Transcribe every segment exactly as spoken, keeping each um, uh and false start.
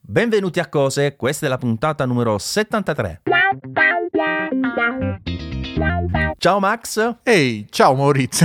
Benvenuti a Cose, questa è la puntata numero settantatré. Ciao Max. Ehi, ciao Maurizio.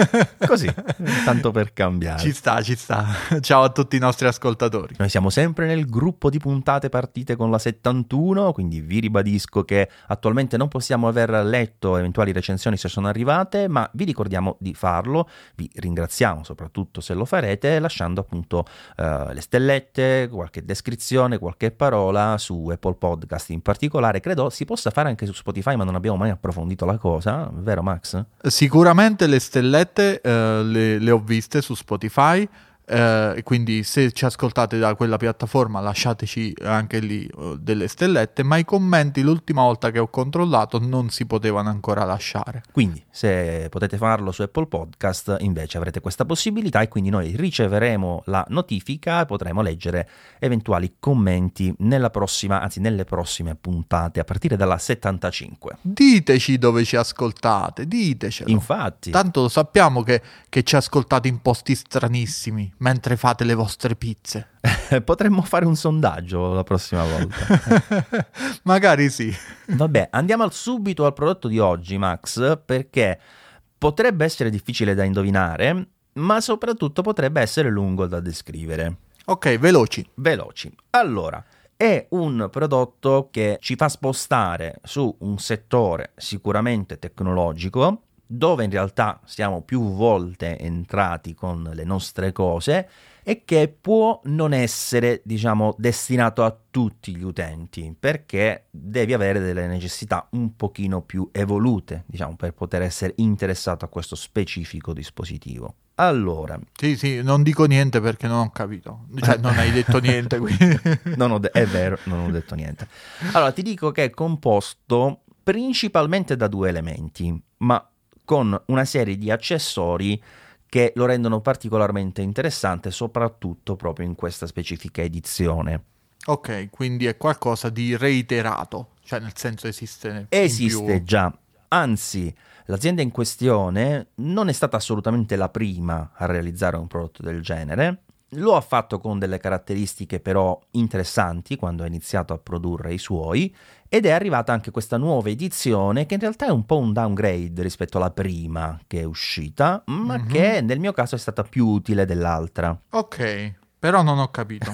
Così, tanto per cambiare. Ci sta, ci sta. Ciao a tutti i nostri ascoltatori. Noi siamo sempre nel gruppo di puntate partite con la settantuno, quindi vi ribadisco che attualmente non possiamo aver letto eventuali recensioni se sono arrivate, ma vi ricordiamo di farlo. Vi ringraziamo soprattutto se lo farete, lasciando appunto uh, le stellette, qualche descrizione, qualche parola su Apple Podcast in particolare. Credo si possa fare anche su Spotify, ma non abbiamo mai approfondito la cosa, vero Max? Sicuramente le stellette eh, le, le ho viste su Spotify, eh, quindi se ci ascoltate da quella piattaforma lasciateci anche lì eh, delle stellette, ma i commenti l'ultima volta che ho controllato non si potevano ancora lasciare. Quindi se potete farlo su Apple Podcast invece avrete questa possibilità e quindi noi riceveremo la notifica e potremo leggere eventuali commenti nella prossima, anzi nelle prossime puntate a partire dalla settantacinque. Diteci dove ci ascoltate, ditecelo. Infatti. Tanto sappiamo che, che ci ascoltate in posti stranissimi mentre fate le vostre pizze. Potremmo fare un sondaggio la prossima volta. Magari sì. Vabbè, andiamo al subito al prodotto di oggi, Max, perché potrebbe essere difficile da indovinare, ma soprattutto potrebbe essere lungo da descrivere. Ok, veloci. Veloci. Allora, è un prodotto che ci fa spostare su un settore sicuramente tecnologico, dove in realtà siamo più volte entrati con le nostre cose e che può non essere, diciamo, destinato a tutti gli utenti, perché devi avere delle necessità un pochino più evolute, diciamo, per poter essere interessato a questo specifico dispositivo. Allora, sì, sì, non dico niente perché non ho capito. Cioè, non hai detto niente, quindi. non ho de- è vero, non ho detto niente. Allora, ti dico che è composto principalmente da due elementi, ma con una serie di accessori che lo rendono particolarmente interessante, soprattutto proprio in questa specifica edizione. Ok, quindi è qualcosa di reiterato, cioè nel senso esiste Esiste in più. già, anzi, l'azienda in questione non è stata assolutamente la prima a realizzare un prodotto del genere. Lo ha fatto con delle caratteristiche però interessanti quando ha iniziato a produrre i suoi ed è arrivata anche questa nuova edizione che in realtà è un po' un downgrade rispetto alla prima che è uscita, ma mm-hmm. che nel mio caso è stata più utile dell'altra. Ok, però non ho capito.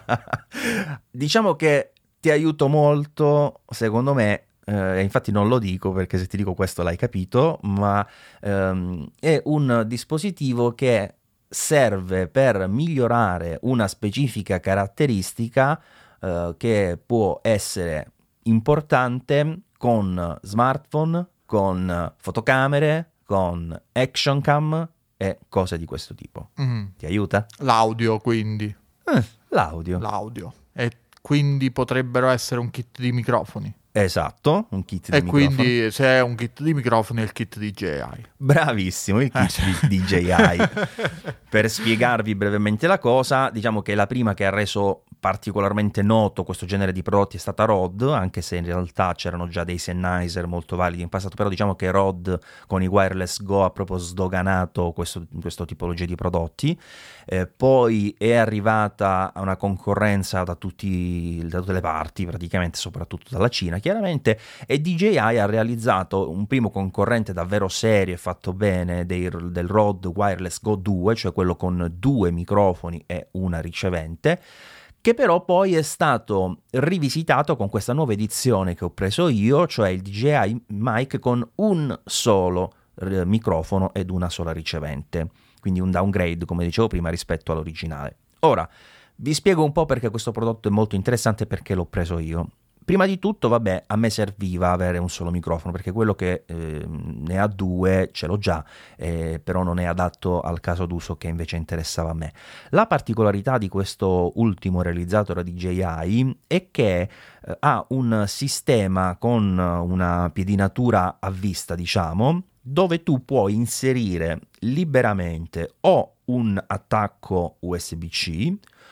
Diciamo che ti aiuto molto, secondo me. Eh, infatti non lo dico perché se ti dico questo l'hai capito, ma ehm, è un dispositivo che serve per migliorare una specifica caratteristica eh, che può essere importante con smartphone, con fotocamere, con action cam e cose di questo tipo. Mm. Ti aiuta? L'audio, quindi. Eh, l'audio. L'audio. E quindi potrebbero essere un kit di microfoni. Esatto, un kit di e microfoni. E quindi se è un kit di microfoni è il kit D J I. Bravissimo, il kit eh. di D J I. Per spiegarvi brevemente la cosa, diciamo che la prima che ha reso particolarmente noto questo genere di prodotti è stata Rode, anche se in realtà c'erano già dei Sennheiser molto validi in passato, però diciamo che Rode con i Wireless Go ha proprio sdoganato questo, questo tipologia di prodotti. Eh, poi è arrivata a una concorrenza da, tutti, da tutte le parti, praticamente, soprattutto dalla Cina, chiaramente, e D J I ha realizzato un primo concorrente davvero serio e fatto bene dei, del Rode Wireless Go due, cioè quello con due microfoni e una ricevente, che però poi è stato rivisitato con questa nuova edizione che ho preso io, cioè il D J I Mic con un solo eh, microfono ed una sola ricevente, quindi un downgrade, come dicevo prima, rispetto all'originale. Ora, vi spiego un po' perché questo prodotto è molto interessante, perché l'ho preso io. Prima di tutto, vabbè, a me serviva avere un solo microfono, perché quello che eh, ne ha due ce l'ho già, eh, però non è adatto al caso d'uso che invece interessava a me. La particolarità di questo ultimo realizzato da D J I è che eh, ha un sistema con una piedinatura a vista, diciamo, dove tu puoi inserire liberamente o un attacco U S B C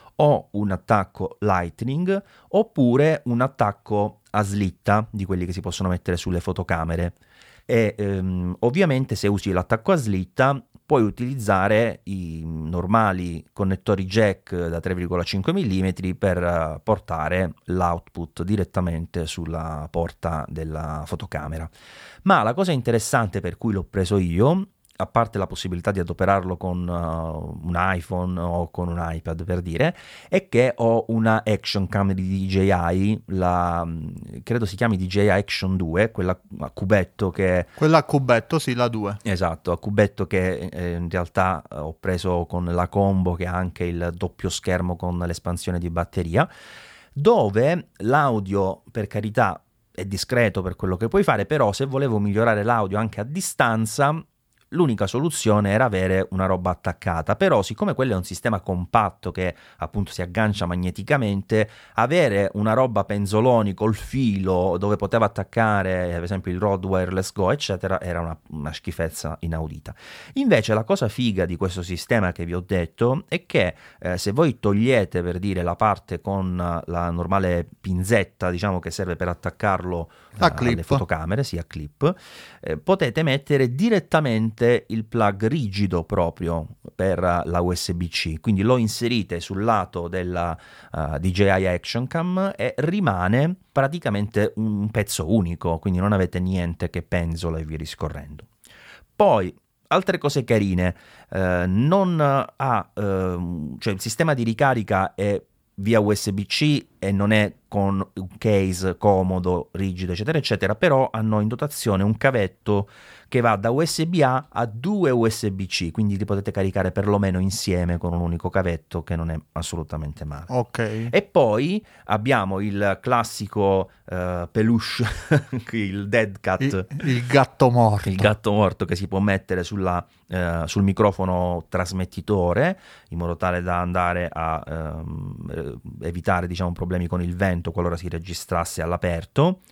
o un attacco Lightning oppure un attacco a slitta di quelli che si possono mettere sulle fotocamere. e ehm, ovviamente se usi l'attacco a slitta puoi utilizzare i normali connettori jack da tre virgola cinque millimetri per portare l'output direttamente sulla porta della fotocamera. Ma la cosa interessante per cui l'ho preso io, a parte la possibilità di adoperarlo con uh, un iPhone o con un iPad per dire, è che ho una Action Cam di D J I, la, credo si chiami D J I Action due, quella a cubetto che... Quella a cubetto, sì, la due. Esatto, a cubetto che eh, in realtà eh, ho preso con la combo che ha anche il doppio schermo con l'espansione di batteria, dove l'audio, per carità, è discreto per quello che puoi fare, però se volevo migliorare l'audio anche a distanza, l'unica soluzione era avere una roba attaccata. Però siccome quello è un sistema compatto che appunto si aggancia magneticamente, avere una roba penzoloni col filo dove poteva attaccare per esempio il Rode Wireless Go eccetera era una, una schifezza inaudita. Invece la cosa figa di questo sistema che vi ho detto è che eh, se voi togliete per dire la parte con la normale pinzetta, diciamo, che serve per attaccarlo a eh, clip. alle fotocamere, sì, a clip, eh, potete mettere direttamente il plug rigido proprio per la U S B C, quindi lo inserite sul lato della uh, D J I Action Cam e rimane praticamente un pezzo unico, quindi non avete niente che penzola e via discorrendo. Poi altre cose carine, eh, non ha, eh, cioè il sistema di ricarica è via U S B C e non è con un case comodo, rigido, eccetera, eccetera, però hanno in dotazione un cavetto che va da U S B A a due U S B C, quindi li potete caricare perlomeno insieme con un unico cavetto, che non è assolutamente male. Ok. E poi abbiamo il classico uh, peluche, il dead cat, il, il gatto morto. Il gatto morto che si può mettere sulla, uh, sul microfono trasmettitore, in modo tale da andare a um, evitare, diciamo, problemi con il vento qualora si registrasse all'aperto.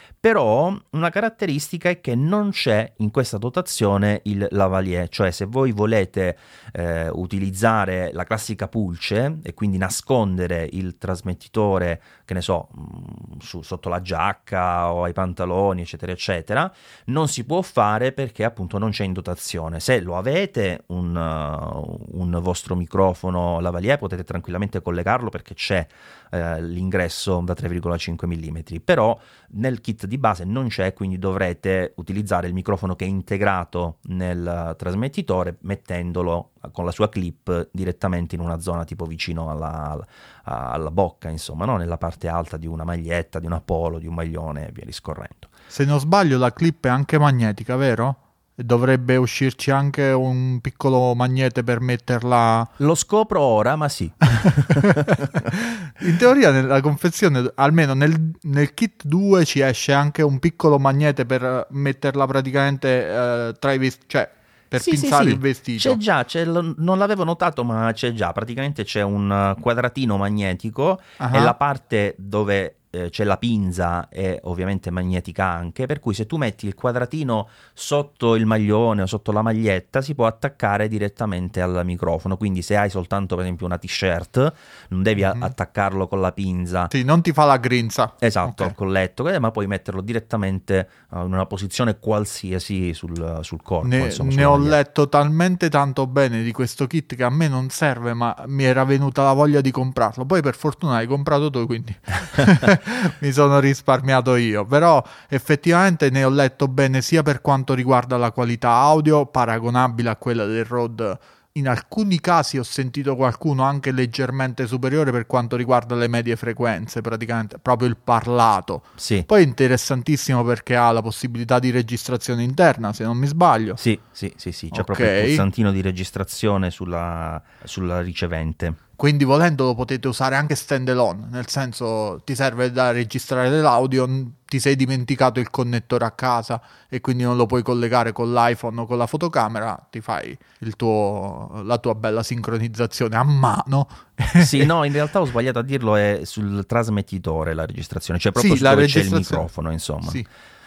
Però una caratteristica è che non c'è in questa dotazione il lavalier, cioè se voi volete eh, utilizzare la classica pulce e quindi nascondere il trasmettitore, che ne so, su, sotto la giacca o ai pantaloni, eccetera, eccetera, non si può fare perché appunto non c'è in dotazione. Se lo avete un, uh, un vostro microfono lavalier, potete tranquillamente collegarlo perché c'è eh, l'ingresso da tre virgola cinque millimetri, però nel kit di base non c'è, quindi dovrete utilizzare il microfono che è integrato nel trasmettitore, mettendolo con la sua clip direttamente in una zona tipo vicino alla, alla bocca, insomma, no? Nella parte alta di una maglietta, di una polo, di un maglione e via discorrendo. Se non sbaglio la clip è anche magnetica, vero? E dovrebbe uscirci anche un piccolo magnete per metterla... Lo scopro ora, ma sì. In teoria nella confezione, almeno nel, nel kit due, ci esce anche un piccolo magnete per metterla praticamente eh, tra i vestiti, cioè per sì, pinzare sì, sì. il vestito. C'è già, c'è l- non l'avevo notato, ma c'è già. Praticamente c'è un quadratino magnetico uh-huh. e la parte dove c'è la pinza è ovviamente magnetica anche, per cui se tu metti il quadratino sotto il maglione o sotto la maglietta si può attaccare direttamente al microfono, quindi se hai soltanto per esempio una t-shirt non devi mm-hmm. attaccarlo con la pinza, sì, non ti fa la grinza, esatto, okay. al colletto, ma puoi metterlo direttamente in una posizione qualsiasi sul, sul corpo, ne, insomma, ne ho maglietta. Letto talmente tanto bene di questo kit che a me non serve, ma mi era venuta la voglia di comprarlo, poi per fortuna hai comprato tu, quindi mi sono risparmiato io. Però effettivamente ne ho letto bene sia per quanto riguarda la qualità audio, paragonabile a quella del Rode. In alcuni casi ho sentito qualcuno anche leggermente superiore per quanto riguarda le medie frequenze, praticamente proprio il parlato. Sì. Poi è interessantissimo perché ha la possibilità di registrazione interna, se non mi sbaglio. Sì, sì, sì, sì. C'è okay. proprio il pulsantino di registrazione sulla, sulla ricevente. Quindi volendo lo potete usare anche stand alone, nel senso ti serve da registrare l'audio, ti sei dimenticato il connettore a casa e quindi non lo puoi collegare con l'iPhone o con la fotocamera, ti fai il tuo, la tua bella sincronizzazione a mano. Sì, no, in realtà ho sbagliato a dirlo, è sul trasmettitore la registrazione, cioè proprio sì, dove la c'è il microfono, insomma. Sì.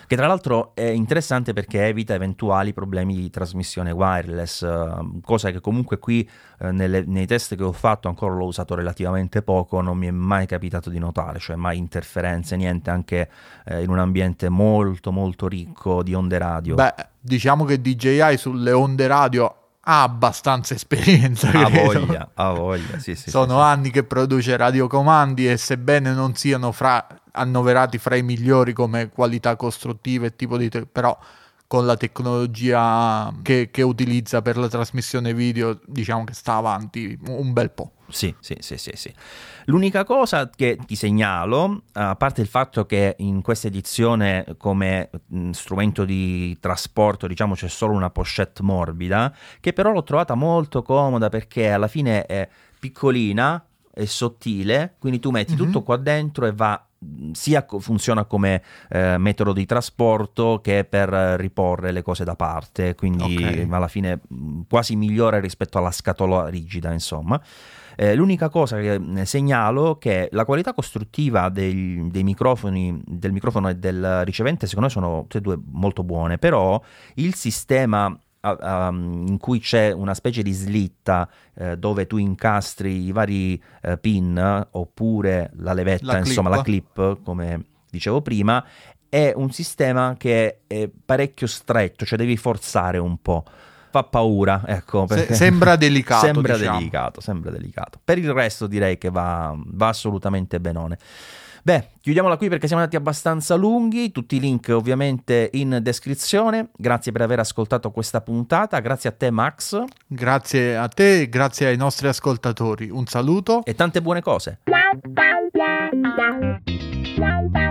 che tra l'altro è interessante perché evita eventuali problemi di trasmissione wireless, uh, cosa che comunque qui uh, nelle, nei test che ho fatto, ancora l'ho usato relativamente poco, non mi è mai capitato di notare, cioè mai interferenze, niente, anche uh, in un ambiente molto molto ricco di onde radio. Beh, diciamo che D J I sulle onde radio ha abbastanza esperienza, ha credo. voglia, ha voglia, sì, sì, sono sì, anni sì. che produce radiocomandi e sebbene non siano fra, annoverati fra i migliori come qualità costruttiva e tipo di te- però con la tecnologia che, che utilizza per la trasmissione video diciamo che sta avanti un bel po'. Sì, sì, sì, sì, sì. L'unica cosa che ti segnalo, a parte il fatto che in questa edizione come mh, strumento di trasporto, diciamo, c'è solo una pochette morbida, che però l'ho trovata molto comoda perché alla fine è piccolina, è sottile, quindi tu metti mm-hmm. tutto qua dentro e va sia funziona come eh, metodo di trasporto che per riporre le cose da parte, quindi okay. alla fine mh, quasi migliore rispetto alla scatola rigida, insomma. Eh, l'unica cosa che segnalo è che la qualità costruttiva dei, dei microfoni, del microfono e del ricevente secondo me sono tutte e due molto buone, però il sistema uh, um, in cui c'è una specie di slitta uh, dove tu incastri i vari uh, pin oppure la levetta, la insomma la clip, come dicevo prima, è un sistema che è parecchio stretto, cioè devi forzare un po'. Fa paura, ecco. Se, sembra delicato. sembra diciamo. delicato, sembra delicato. Per il resto direi che va, va assolutamente benone. Beh, chiudiamola qui perché siamo andati abbastanza lunghi. Tutti i link ovviamente in descrizione. Grazie per aver ascoltato questa puntata. Grazie a te, Max. Grazie a te e grazie ai nostri ascoltatori. Un saluto e tante buone cose.